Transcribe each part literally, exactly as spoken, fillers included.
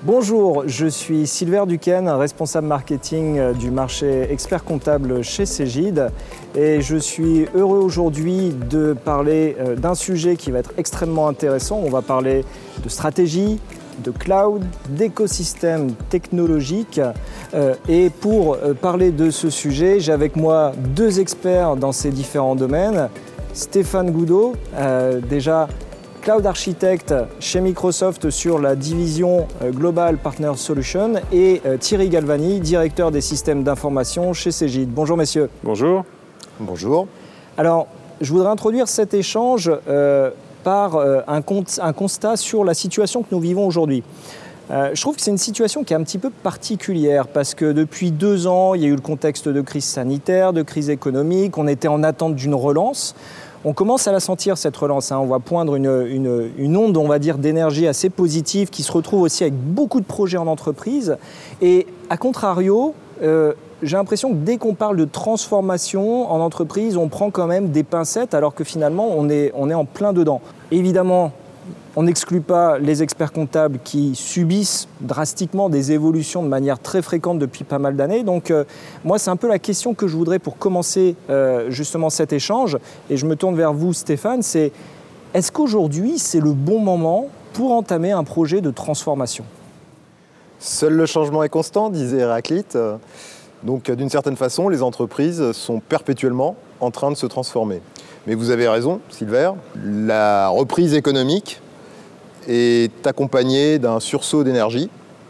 Bonjour, je suis Sylvain Duquesne, responsable marketing du marché expert comptable chez Cegid et je suis heureux aujourd'hui de parler d'un sujet qui va être extrêmement intéressant. On va parler de stratégie, de cloud, d'écosystème technologique. Et pour parler de ce sujet, j'ai avec moi deux experts dans ces différents domaines. Stéphane Goudot, euh, déjà Cloud Architect chez Microsoft sur la division Global Partner Solutions et euh, Thierry Galvani, directeur des systèmes d'information chez Cegid. Bonjour messieurs. Bonjour. Bonjour. Alors, je voudrais introduire cet échange euh, par euh, un, compte, un constat sur la situation que nous vivons aujourd'hui. Euh, je trouve que c'est une situation qui est un petit peu particulière parce que depuis deux ans, il y a eu le contexte de crise sanitaire, de crise économique, on était en attente d'une relance. On commence à la sentir, cette relance. Hein. On va poindre une, une, une onde, on va dire, d'énergie assez positive qui se retrouve aussi avec beaucoup de projets en entreprise. Et à contrario, euh, j'ai l'impression que dès qu'on parle de transformation en entreprise, on prend quand même des pincettes alors que finalement, on est, on est en plein dedans. Évidemment, on n'exclut pas les experts comptables qui subissent drastiquement des évolutions de manière très fréquente depuis pas mal d'années. Donc euh, moi, c'est un peu la question que je voudrais pour commencer euh, justement cet échange. Et je me tourne vers vous, Stéphane. C'est, est-ce qu'aujourd'hui, c'est le bon moment pour entamer un projet de transformation ? Seul le changement est constant, disait Héraclite. Donc d'une certaine façon, les entreprises sont perpétuellement en train de se transformer. Mais vous avez raison, Sylvain, la reprise économique est accompagné d'un sursaut d'énergie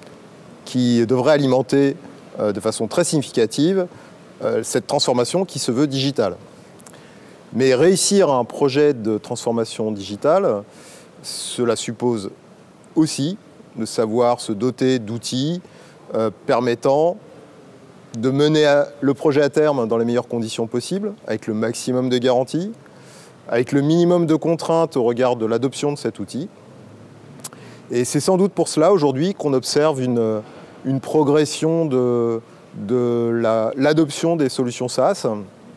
qui devrait alimenter euh, de façon très significative euh, cette transformation qui se veut digitale. Mais réussir un projet de transformation digitale, cela suppose aussi de savoir se doter d'outils euh, permettant de mener à, le projet à terme dans les meilleures conditions possibles, avec le maximum de garanties, avec le minimum de contraintes au regard de l'adoption de cet outil. Et c'est sans doute pour cela aujourd'hui qu'on observe une, une progression de, de la, l'adoption des solutions SaaS,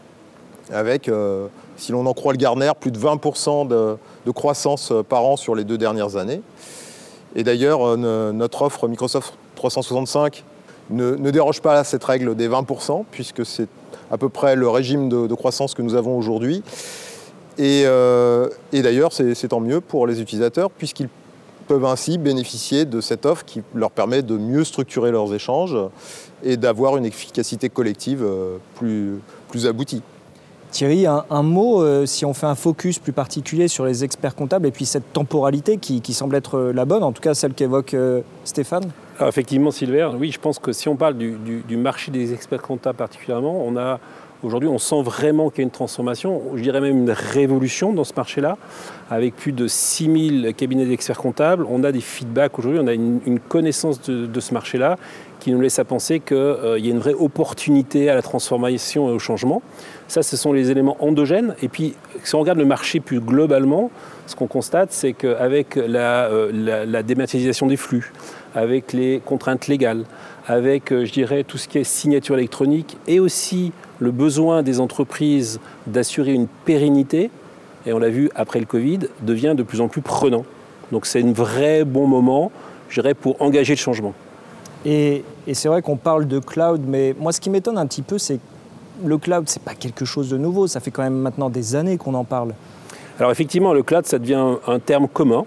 avec, euh, si l'on en croit le Gartner, plus de vingt pour cent de, de croissance par an sur les deux dernières années. Et d'ailleurs, euh, notre offre Microsoft trois cent soixante-cinq ne, ne déroge pas à cette règle des vingt pour cent, puisque c'est à peu près le régime de, de croissance que nous avons aujourd'hui. Et, euh, et d'ailleurs, c'est, c'est tant mieux pour les utilisateurs, puisqu'ils peuvent ainsi bénéficier de cette offre qui leur permet de mieux structurer leurs échanges et d'avoir une efficacité collective plus, plus aboutie. Thierry, un, un mot, euh, si on fait un focus plus particulier sur les experts comptables et puis cette temporalité qui, qui semble être la bonne, en tout cas celle qu'évoque euh, Stéphane. Alors effectivement, Sylvain, oui, je pense que si on parle du, du, du marché des experts comptables particulièrement, on a aujourd'hui, on sent vraiment qu'il y a une transformation, je dirais même une révolution dans ce marché-là, avec plus de six mille cabinets d'experts comptables. On a des feedbacks aujourd'hui, on a une, une connaissance de, de ce marché-là qui nous laisse à penser qu'il euh, y a une vraie opportunité à la transformation et au changement. Ça, ce sont les éléments endogènes. Et puis, si on regarde le marché plus globalement, ce qu'on constate, c'est qu'avec la, euh, la, la dématérialisation des flux, avec les contraintes légales, avec, euh, je dirais, tout ce qui est signature électronique et aussi le besoin des entreprises d'assurer une pérennité, et on l'a vu après le Covid, devient de plus en plus prenant. Donc c'est un vrai bon moment, je dirais, pour engager le changement. Et, et c'est vrai qu'on parle de cloud, mais moi ce qui m'étonne un petit peu, c'est que le cloud, c'est pas quelque chose de nouveau, ça fait quand même maintenant des années qu'on en parle. Alors effectivement, le cloud, ça devient un, un terme commun,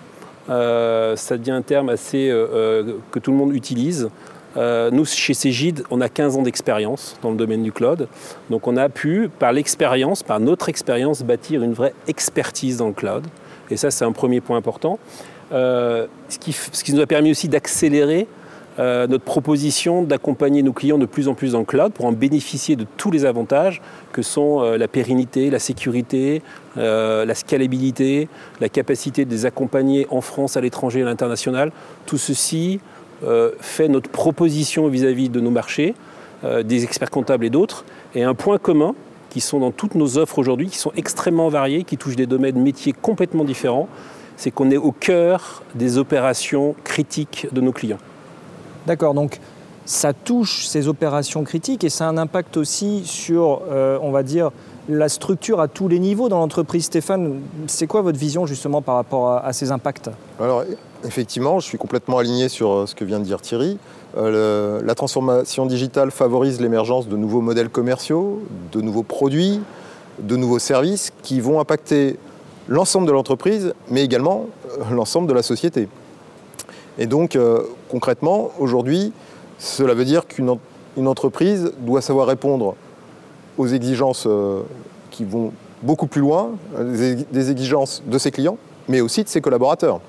euh, ça devient un terme assez euh, euh, que tout le monde utilise. Euh, nous, chez Cegid, on a quinze ans d'expérience dans le domaine du cloud. Donc on a pu, par l'expérience, par notre expérience, bâtir une vraie expertise dans le cloud. Et ça, c'est un premier point important. Euh, ce, qui, ce qui nous a permis aussi d'accélérer euh, notre proposition d'accompagner nos clients de plus en plus dans le cloud pour en bénéficier de tous les avantages que sont euh, la pérennité, la sécurité, euh, la scalabilité, la capacité de les accompagner en France, à l'étranger et à l'international. Tout ceci Euh, fait notre proposition vis-à-vis de nos marchés, euh, des experts comptables et d'autres, et un point commun qui sont dans toutes nos offres aujourd'hui, qui sont extrêmement variés, qui touchent des domaines métiers complètement différents, c'est qu'on est au cœur des opérations critiques de nos clients. D'accord, donc ça touche ces opérations critiques et ça a un impact aussi sur, euh, on va dire, la structure à tous les niveaux dans l'entreprise. Stéphane, c'est quoi votre vision justement par rapport à, à ces impacts? Alors, effectivement, je suis complètement aligné sur ce que vient de dire Thierry. Euh, le, la transformation digitale favorise l'émergence de nouveaux modèles commerciaux, de nouveaux produits, de nouveaux services qui vont impacter l'ensemble de l'entreprise, mais également euh, l'ensemble de la société. Et donc, euh, concrètement, aujourd'hui, cela veut dire qu'une une entreprise doit savoir répondre aux exigences euh, qui vont beaucoup plus loin, des exigences de ses clients, mais aussi de ses collaborateurs.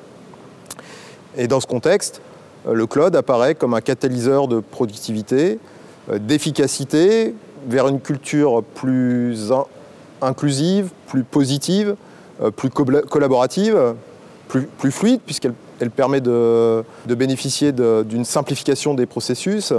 Et dans ce contexte, le cloud apparaît comme un catalyseur de productivité, d'efficacité, vers une culture plus in- inclusive, plus positive, plus co- collaborative, plus, plus fluide, puisqu'elle elle permet de, de bénéficier de, d'une simplification des processus.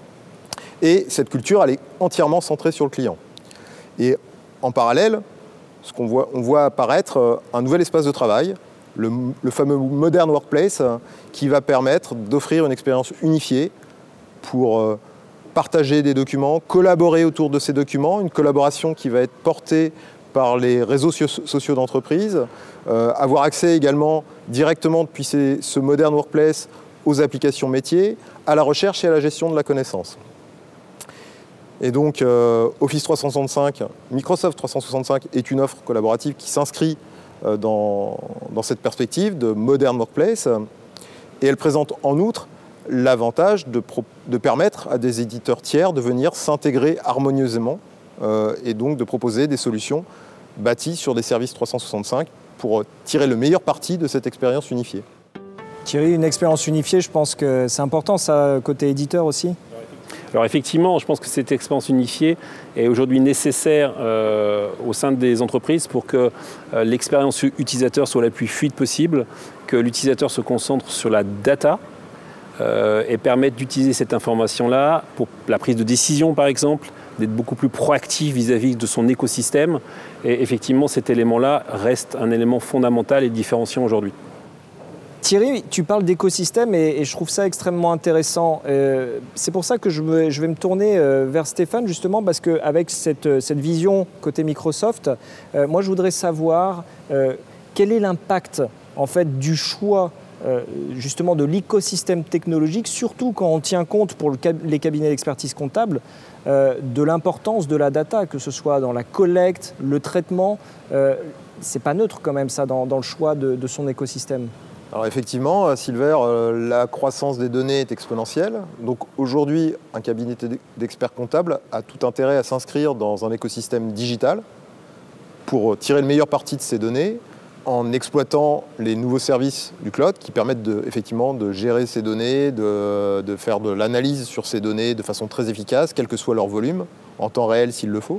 Et cette culture, elle est entièrement centrée sur le client. Et en parallèle, ce qu'on voit, on voit apparaître un nouvel espace de travail, le, le fameux Modern Workplace, qui va permettre d'offrir une expérience unifiée pour partager des documents, collaborer autour de ces documents, une collaboration qui va être portée par les réseaux sociaux d'entreprise, euh, avoir accès également directement depuis ces, ce Modern Workplace aux applications métiers, à la recherche et à la gestion de la connaissance. Et donc, euh, Office trois cent soixante-cinq, Microsoft trois cent soixante-cinq est une offre collaborative qui s'inscrit euh, dans, dans cette perspective de Modern Workplace. Et elle présente en outre l'avantage de, pro- de permettre à des éditeurs tiers de venir s'intégrer harmonieusement euh, et donc de proposer des solutions bâties sur des services trois cent soixante-cinq pour tirer le meilleur parti de cette expérience unifiée. Thierry, une expérience unifiée, je pense que c'est important ça, côté éditeur aussi. Alors effectivement, je pense que cette expérience unifiée est aujourd'hui nécessaire euh, au sein des entreprises pour que euh, l'expérience utilisateur soit la plus fluide possible, que l'utilisateur se concentre sur la data euh, et permette d'utiliser cette information-là pour la prise de décision par exemple, d'être beaucoup plus proactif vis-à-vis de son écosystème. Et effectivement, cet élément-là reste un élément fondamental et différenciant aujourd'hui. Thierry, tu parles d'écosystème et, et je trouve ça extrêmement intéressant. Euh, c'est pour ça que je, me, je vais me tourner euh, vers Stéphane, justement, parce qu'avec cette, cette vision côté Microsoft, euh, moi je voudrais savoir euh, quel est l'impact en fait, du choix euh, justement de l'écosystème technologique, surtout quand on tient compte pour le, les cabinets d'expertise comptable euh, de l'importance de la data, que ce soit dans la collecte, le traitement. Euh, c'est pas neutre quand même ça dans, dans le choix de, de son écosystème. Alors effectivement, Silver, euh, la croissance des données est exponentielle. Donc aujourd'hui, un cabinet d'experts comptables a tout intérêt à s'inscrire dans un écosystème digital pour tirer le meilleur parti de ces données en exploitant les nouveaux services du cloud qui permettent de, effectivement de gérer ces données, de, de faire de l'analyse sur ces données de façon très efficace, quel que soit leur volume, en temps réel s'il le faut.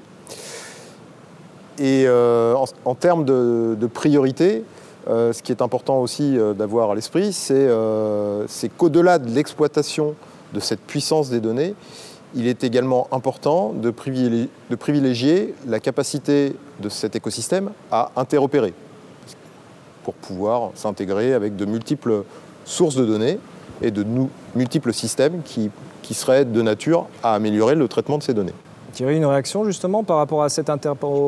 Et euh, en, en termes de, de priorité, Euh, ce qui est important aussi euh, d'avoir à l'esprit, c'est, euh, c'est qu'au-delà de l'exploitation de cette puissance des données, il est également important de privilégier, de privilégier la capacité de cet écosystème à interopérer pour pouvoir s'intégrer avec de multiples sources de données et de nou- multiples systèmes qui, qui seraient de nature à améliorer le traitement de ces données. Thierry, une réaction justement par rapport à cette interopérabilité ?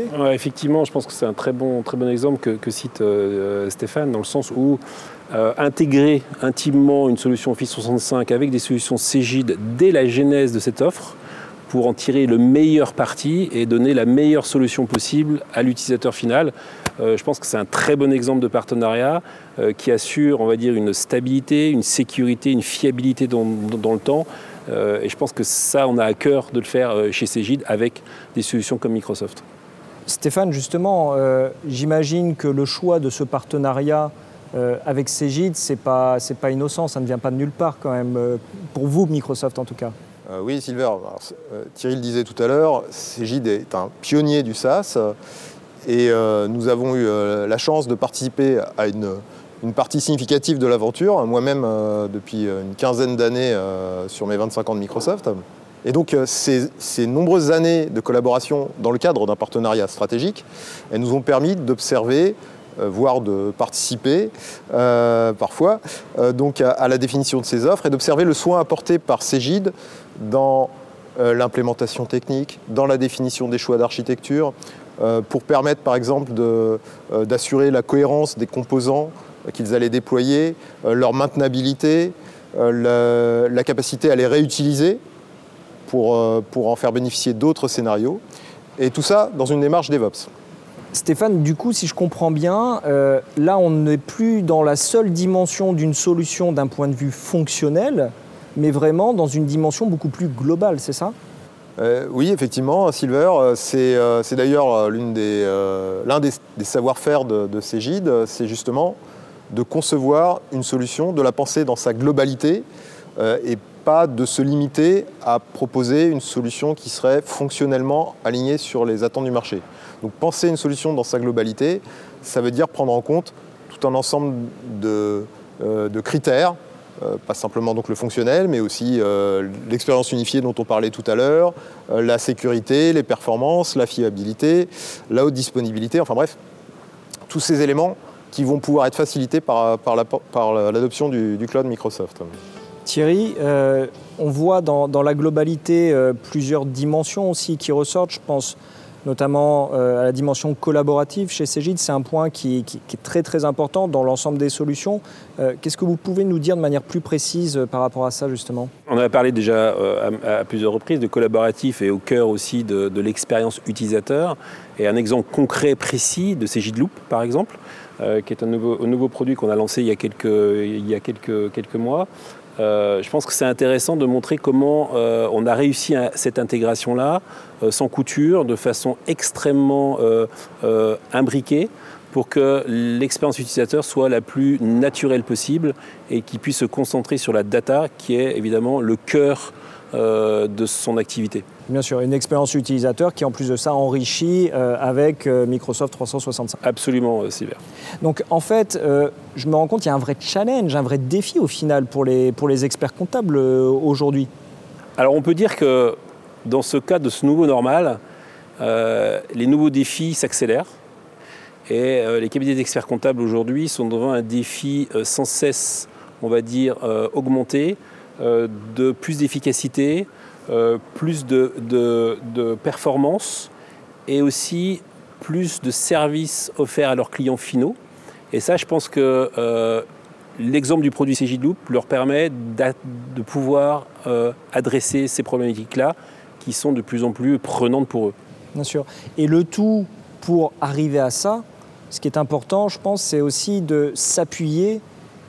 Ouais, effectivement, je pense que c'est un très bon, très bon exemple que, que cite euh, Stéphane, dans le sens où euh, intégrer intimement une solution Office soixante-cinq avec des solutions Cegid dès la genèse de cette offre pour en tirer le meilleur parti et donner la meilleure solution possible à l'utilisateur final. Euh, je pense que c'est un très bon exemple de partenariat euh, qui assure, on va dire, une stabilité, une sécurité, une fiabilité dans, dans, dans le temps. Euh, et je pense que ça, on a à cœur de le faire euh, chez Cegid avec des solutions comme Microsoft. Stéphane, justement, euh, j'imagine que le choix de ce partenariat euh, avec Cegid, c'est pas, c'est pas innocent, ça ne vient pas de nulle part quand même, euh, pour vous, Microsoft en tout cas. Euh, oui, Silver, alors, euh, Thierry le disait tout à l'heure, Cegid est un pionnier du SaaS et euh, nous avons eu euh, la chance de participer à une... une partie significative de l'aventure, moi-même euh, depuis une quinzaine d'années euh, sur mes vingt-cinq ans de Microsoft. Et donc euh, ces, ces nombreuses années de collaboration dans le cadre d'un partenariat stratégique, elles nous ont permis d'observer, euh, voire de participer euh, parfois euh, donc à, à la définition de ces offres et d'observer le soin apporté par Cegid dans euh, l'implémentation technique, dans la définition des choix d'architecture, euh, pour permettre par exemple de, euh, d'assurer la cohérence des composants qu'ils allaient déployer, euh, leur maintenabilité, euh, la, la capacité à les réutiliser pour, euh, pour en faire bénéficier d'autres scénarios. Et tout ça dans une démarche DevOps. Stéphane, du coup, si je comprends bien, euh, là, on n'est plus dans la seule dimension d'une solution d'un point de vue fonctionnel, mais vraiment dans une dimension beaucoup plus globale, c'est ça ? euh, Oui, effectivement, Silver, c'est, euh, c'est d'ailleurs l'une des, euh, l'un des, des savoir-faire de, de Cegid, c'est justement de concevoir une solution, de la penser dans sa globalité, euh, et pas de se limiter à proposer une solution qui serait fonctionnellement alignée sur les attentes du marché. Donc penser une solution dans sa globalité, ça veut dire prendre en compte tout un ensemble de, euh, de critères, euh, pas simplement donc le fonctionnel, mais aussi euh, l'expérience unifiée dont on parlait tout à l'heure, euh, la sécurité, les performances, la fiabilité, la haute disponibilité, enfin bref, tous ces éléments qui vont pouvoir être facilités par, par, la, par l'adoption du, du cloud Microsoft. Thierry, euh, on voit dans, dans la globalité euh, plusieurs dimensions aussi qui ressortent. Je pense notamment euh, à la dimension collaborative chez Cegid. C'est un point qui, qui, qui est très très important dans l'ensemble des solutions. Euh, qu'est-ce que vous pouvez nous dire de manière plus précise euh, par rapport à ça justement ? On a parlé déjà euh, à, à plusieurs reprises de collaboratif et au cœur aussi de, de l'expérience utilisateur. Et un exemple concret précis de Cegid Loop par exemple, euh, qui est un nouveau, un nouveau produit qu'on a lancé il y a quelques, il y a quelques, quelques mois. Euh, je pense que c'est intéressant de montrer comment euh, on a réussi à cette intégration-là, euh, sans couture, de façon extrêmement euh, euh, imbriquée, pour que l'expérience utilisateur soit la plus naturelle possible et qu'il puisse se concentrer sur la data, qui est évidemment le cœur euh, de son activité. Bien sûr, une expérience utilisateur qui en plus de ça enrichit euh, avec euh, Microsoft trois cent soixante-cinq. Absolument, euh, Silver. Donc en fait, euh, je me rends compte qu'il y a un vrai challenge, un vrai défi au final pour les, pour les experts comptables euh, aujourd'hui. Alors on peut dire que dans ce cas de ce nouveau normal, euh, les nouveaux défis s'accélèrent et euh, les cabinets d'experts comptables aujourd'hui sont devant un défi euh, sans cesse, on va dire, euh, augmenté, euh, de plus d'efficacité, Euh, plus de, de, de performance et aussi plus de services offerts à leurs clients finaux. Et ça, je pense que euh, l'exemple du produit Cegid Loop leur permet de pouvoir euh, adresser ces problématiques-là qui sont de plus en plus prenantes pour eux. Bien sûr. Et le tout pour arriver à ça, ce qui est important, je pense, c'est aussi de s'appuyer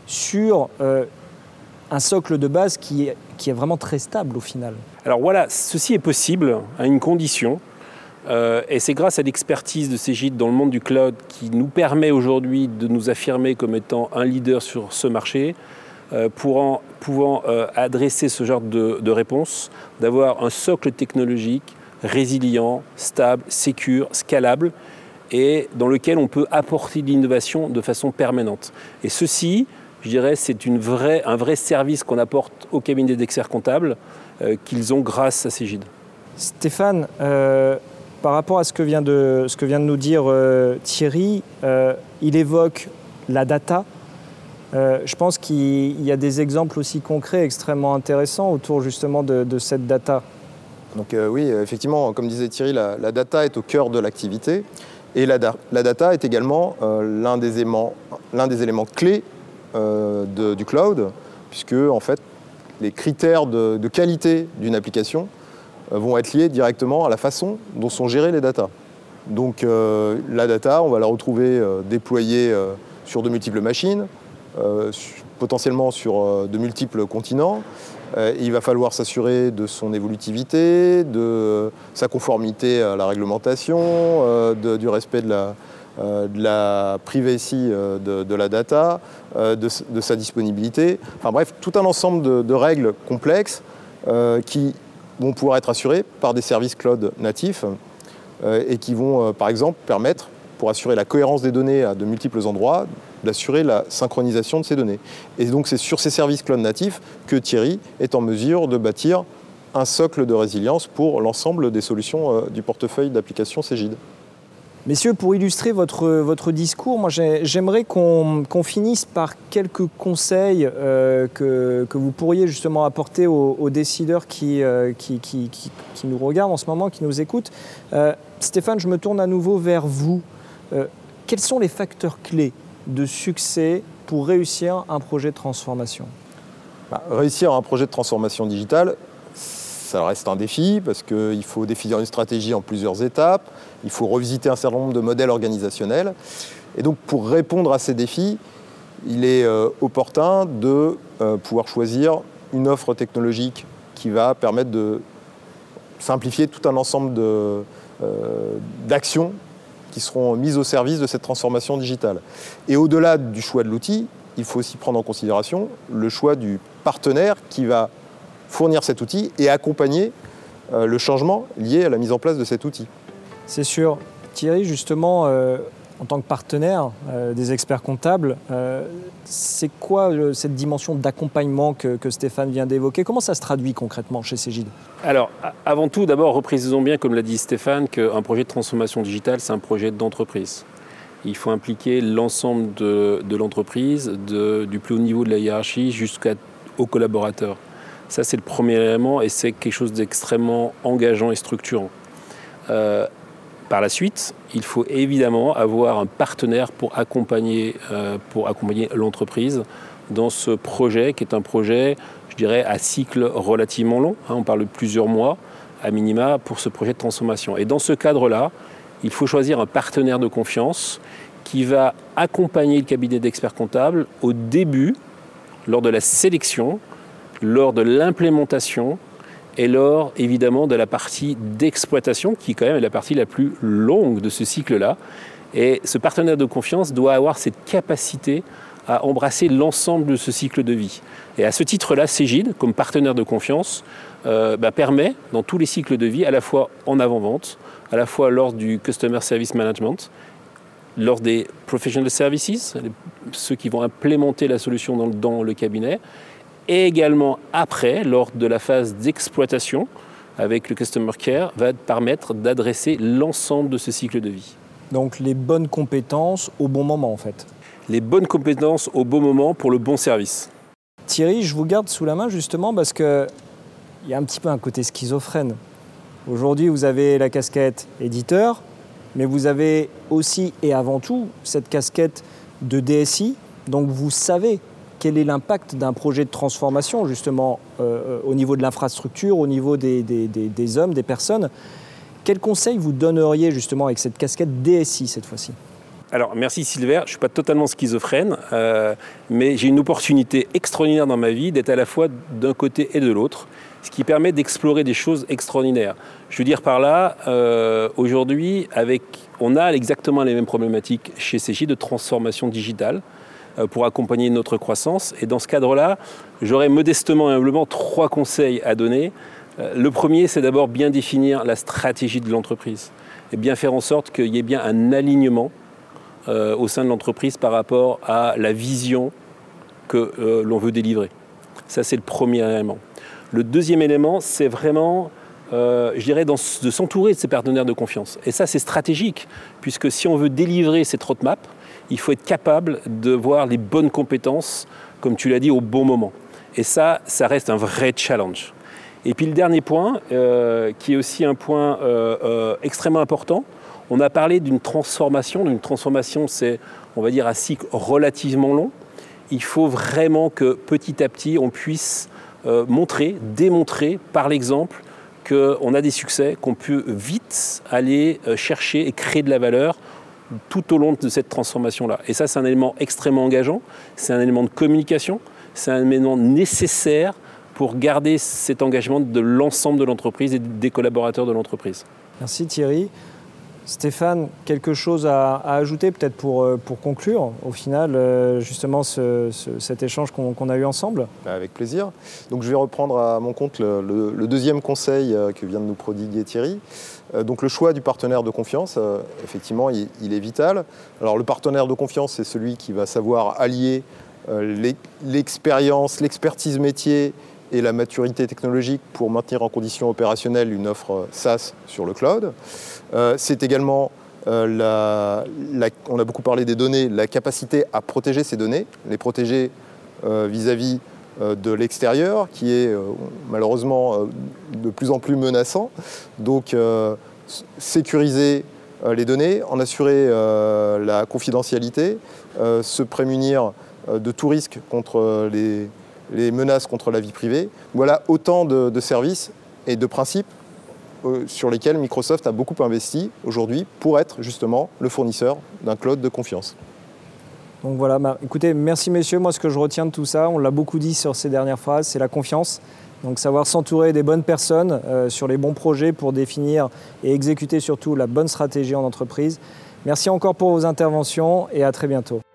sur euh, un socle de base qui est, qui est vraiment très stable au final. Alors voilà, ceci est possible à une condition, euh, et c'est grâce à l'expertise de Cegid dans le monde du cloud qui nous permet aujourd'hui de nous affirmer comme étant un leader sur ce marché, euh, pour pouvant euh, adresser ce genre de, de réponse, d'avoir un socle technologique résilient, stable, sécure, scalable, et dans lequel on peut apporter de l'innovation de façon permanente. Et ceci, je dirais, c'est une vraie, un vrai service qu'on apporte aux cabinets d'experts comptables euh, qu'ils ont grâce à Cegid. Stéphane, euh, par rapport à ce que vient de, ce que vient de nous dire euh, Thierry, euh, il évoque la data. Euh, je pense qu'il y a des exemples aussi concrets extrêmement intéressants autour justement de, de cette data. Donc euh, oui, effectivement, comme disait Thierry, la, la data est au cœur de l'activité. Et la, la data est également euh, l'un des éléments, l'un des éléments clés Euh, de, du cloud, puisque en fait, les critères de, de qualité d'une application euh, vont être liés directement à la façon dont sont gérées les datas. Donc euh, la data, on va la retrouver euh, déployée euh, sur de multiples machines, euh, su- potentiellement sur euh, de multiples continents. Euh, il va falloir s'assurer de son évolutivité, de sa conformité à la réglementation, euh, de, du respect de la Euh, de la privacy euh, de, de la data, euh, de, de sa disponibilité. Enfin bref, tout un ensemble de, de règles complexes euh, qui vont pouvoir être assurées par des services cloud natifs euh, et qui vont, euh, par exemple, permettre, pour assurer la cohérence des données à de multiples endroits, d'assurer la synchronisation de ces données. Et donc c'est sur ces services cloud natifs que Thierry est en mesure de bâtir un socle de résilience pour l'ensemble des solutions euh, du portefeuille d'applications Cegid. Messieurs, pour illustrer votre, votre discours, moi j'aimerais qu'on qu'on finisse par quelques conseils euh, que, que vous pourriez justement apporter aux, aux décideurs qui, euh, qui, qui, qui, qui nous regardent en ce moment, qui nous écoutent. Euh, Stéphane, je me tourne à nouveau vers vous. Euh, quels sont les facteurs clés de succès pour réussir un projet de transformation ? Bah, réussir un projet de transformation digitale, ça reste un défi parce qu'il faut définir une stratégie en plusieurs étapes, il faut revisiter un certain nombre de modèles organisationnels. Et donc pour répondre à ces défis, il est euh, opportun de euh, pouvoir choisir une offre technologique qui va permettre de simplifier tout un ensemble de, euh, d'actions qui seront mises au service de cette transformation digitale. Et au-delà du choix de l'outil, il faut aussi prendre en considération le choix du partenaire qui va fournir cet outil et accompagner euh, le changement lié à la mise en place de cet outil. C'est sûr. Thierry, justement, euh, en tant que partenaire euh, des experts comptables, euh, c'est quoi euh, cette dimension d'accompagnement que, que Stéphane vient d'évoquer ? Comment ça se traduit concrètement chez Cegid ? Alors, avant tout, d'abord, reprécisons bien, comme l'a dit Stéphane, qu'un projet de transformation digitale, c'est un projet d'entreprise. Il faut impliquer l'ensemble de, de l'entreprise, de, du plus haut niveau de la hiérarchie jusqu'aux collaborateurs. Ça, c'est le premier élément et c'est quelque chose d'extrêmement engageant et structurant. Euh, par la suite, il faut évidemment avoir un partenaire pour accompagner, euh, pour accompagner l'entreprise dans ce projet qui est un projet, je dirais, à cycle relativement long. Hein, on parle de plusieurs mois à minima pour ce projet de transformation. Et dans ce cadre-là, il faut choisir un partenaire de confiance qui va accompagner le cabinet d'experts comptables au début, lors de la sélection, lors de l'implémentation et lors évidemment de la partie d'exploitation qui quand même est la partie la plus longue de ce cycle-là. Et ce partenaire de confiance doit avoir cette capacité à embrasser l'ensemble de ce cycle de vie. Et à ce titre-là, Cegid, comme partenaire de confiance, euh, bah, permet dans tous les cycles de vie, à la fois en avant-vente, à la fois lors du Customer Service Management, lors des Professional Services, ceux qui vont implémenter la solution dans, dans le cabinet, et également après, lors de la phase d'exploitation, avec le Customer Care, va permettre d'adresser l'ensemble de ce cycle de vie. Donc les bonnes compétences au bon moment en fait. Les bonnes compétences au bon moment pour le bon service. Thierry, je vous garde sous la main justement parce qu'il y a un petit peu un côté schizophrène. Aujourd'hui, vous avez la casquette éditeur, mais vous avez aussi et avant tout cette casquette de D S I. Donc vous savez quel est l'impact d'un projet de transformation justement euh, au niveau de l'infrastructure, au niveau des, des, des, des hommes, des personnes. Quel conseil vous donneriez justement avec cette casquette D S I cette fois-ci ? Alors merci Silver, je ne suis pas totalement schizophrène, euh, mais j'ai une opportunité extraordinaire dans ma vie d'être à la fois d'un côté et de l'autre, ce qui permet d'explorer des choses extraordinaires. Je veux dire par là, euh, aujourd'hui, avec, on a exactement les mêmes problématiques chez Cegid de transformation digitale euh, pour accompagner notre croissance. Et dans ce cadre-là, j'aurais modestement et humblement trois conseils à donner. Euh, le premier, c'est d'abord bien définir la stratégie de l'entreprise et bien faire en sorte qu'il y ait bien un alignement Euh, au sein de l'entreprise par rapport à la vision que euh, l'on veut délivrer. Ça, c'est le premier élément. Le deuxième élément, c'est vraiment, euh, je dirais, dans, de s'entourer de ses partenaires de confiance. Et ça, c'est stratégique, puisque si on veut délivrer cette roadmap, il faut être capable de voir les bonnes compétences, comme tu l'as dit, au bon moment. Et ça, ça reste un vrai challenge. Et puis le dernier point, euh, qui est aussi un point euh, euh, extrêmement important, on a parlé d'une transformation. D'une transformation, c'est, on va dire, un cycle relativement long. Il faut vraiment que petit à petit, on puisse euh, montrer, démontrer par l'exemple qu'on a des succès, qu'on peut vite aller euh, chercher et créer de la valeur tout au long de cette transformation-là. Et ça, c'est un élément extrêmement engageant. C'est un élément de communication. C'est un élément nécessaire pour garder cet engagement de l'ensemble de l'entreprise et des collaborateurs de l'entreprise. Merci Thierry. Stéphane, quelque chose à, à ajouter peut-être pour, pour conclure au final justement ce, ce, cet échange qu'on, qu'on a eu ensemble ? Avec plaisir. Donc je vais reprendre à mon compte le, le, le deuxième conseil que vient de nous prodiguer Thierry. Donc le choix du partenaire de confiance, effectivement, il, il est vital. Alors le partenaire de confiance, c'est celui qui va savoir allier l'expérience, l'expertise métier et la maturité technologique pour maintenir en condition opérationnelle une offre SaaS sur le cloud. Euh, c'est également euh, la, la, on a beaucoup parlé des données, la capacité à protéger ces données, les protéger euh, vis-à-vis euh, de l'extérieur, qui est euh, malheureusement euh, de plus en plus menaçant. Donc euh, sécuriser euh, les données, en assurer euh, la confidentialité, euh, se prémunir euh, de tout risque contre les, les menaces contre la vie privée. Voilà autant de, de services et de principes sur lesquels Microsoft a beaucoup investi aujourd'hui pour être justement le fournisseur d'un cloud de confiance. Donc voilà, bah, écoutez, merci messieurs. Moi, ce que je retiens de tout ça, on l'a beaucoup dit sur ces dernières phrases, c'est la confiance. Donc savoir s'entourer des bonnes personnes euh, sur les bons projets pour définir et exécuter surtout la bonne stratégie en entreprise. Merci encore pour vos interventions et à très bientôt.